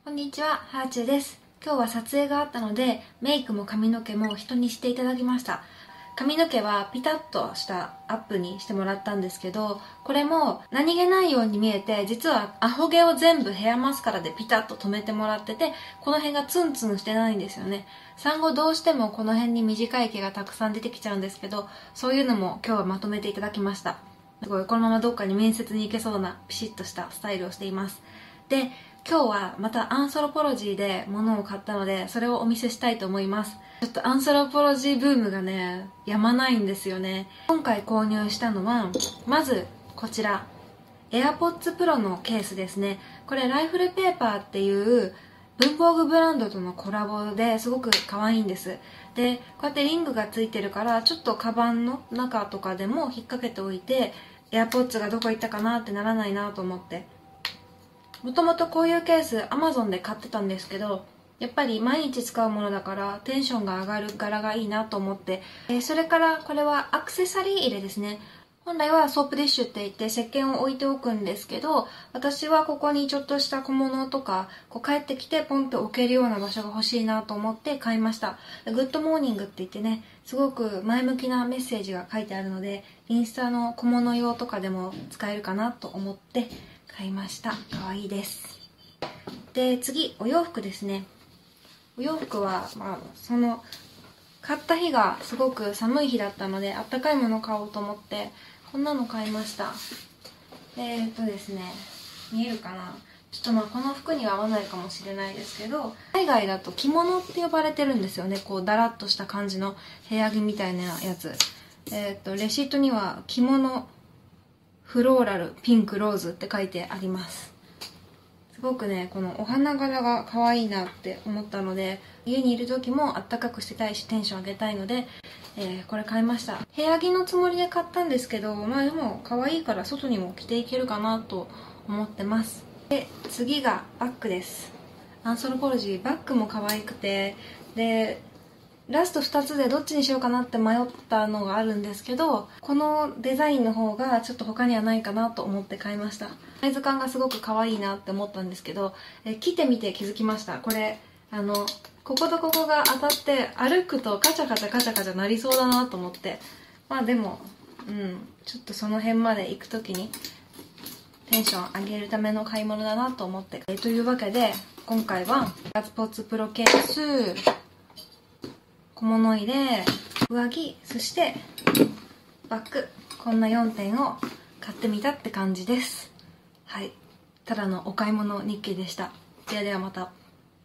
こんにちは、ハーチューです。今日は撮影があったので、メイクも髪の毛も人にしていただきました。髪の毛はピタッとしたアップにしてもらったんですけど、これも何気ないように見えて、実はアホ毛を全部ヘアマスカラでピタッと留めてもらってて、この辺がツンツンしてないんですよね。産後どうしてもこの辺に短い毛がたくさん出てきちゃうんですけど、そういうのも今日はまとめていただきました。すごいこのままどっかに面接に行けそうなピシッとしたスタイルをしています。で、今日はまたアンソロポロジーで物を買ったので、それをお見せしたいと思います。ちょっとアンソロポロジーブームがね、やまないんですよね。今回購入したのは、まずこちら、AirPods Pro のケースですね。これライフルペーパーっていう文房具ブランドとのコラボですごく可愛いんです。で、こうやってリングがついてるから、ちょっとカバンの中とかでも引っ掛けておいて、AirPods がどこ行ったかなってならないなと思って。もともとこういうケース Amazon で買ってたんですけど、やっぱり毎日使うものだからテンションが上がる柄がいいなと思って、それからこれはアクセサリー入れですね。本来はソープディッシュって言って石鹸を置いておくんですけど、私はここにちょっとした小物とか帰ってきてポンと置けるような場所が欲しいなと思って買いました。グッドモーニングって言ってね、すごく前向きなメッセージが書いてあるので、インスタの小物用とかでも使えるかなと思って買いました。かわいいです。で、次、お洋服ですね。お洋服は、買った日がすごく寒い日だったので、あったかいものを買おうと思って、こんなの買いました。ですね、見えるかな？ちょっとこの服には合わないかもしれないですけど、海外だと着物って呼ばれてるんですよね。こう、だらっとした感じの部屋着みたいなやつ。レシートには着物、フローラル、ピンク、ローズって書いてあります。すごくね、このお花柄が可愛いなって思ったので、家にいる時もあったかくしてたいしテンション上げたいので、これ買いました。部屋着のつもりで買ったんですけど、でも可愛いから外にも着ていけるかなと思ってます。で、次がバッグです。アンソロポロジー、バッグも可愛くて、で、ラスト2つでどっちにしようかなって迷ったのがあるんですけど、このデザインの方がちょっと他にはないかなと思って買いました。サイズ感がすごく可愛いなって思ったんですけど、着てみて気づきました。これ、こことここが当たって歩くとカチャカチャカチャカチャなりそうだなと思って。でも、ちょっとその辺まで行く時にテンション上げるための買い物だなと思って。というわけで、今回はAirPods Proケース、小物入れ、上着、そしてバッグ、こんな4点を買ってみたって感じです。はい、ただのお買い物日記でした。ではではまた。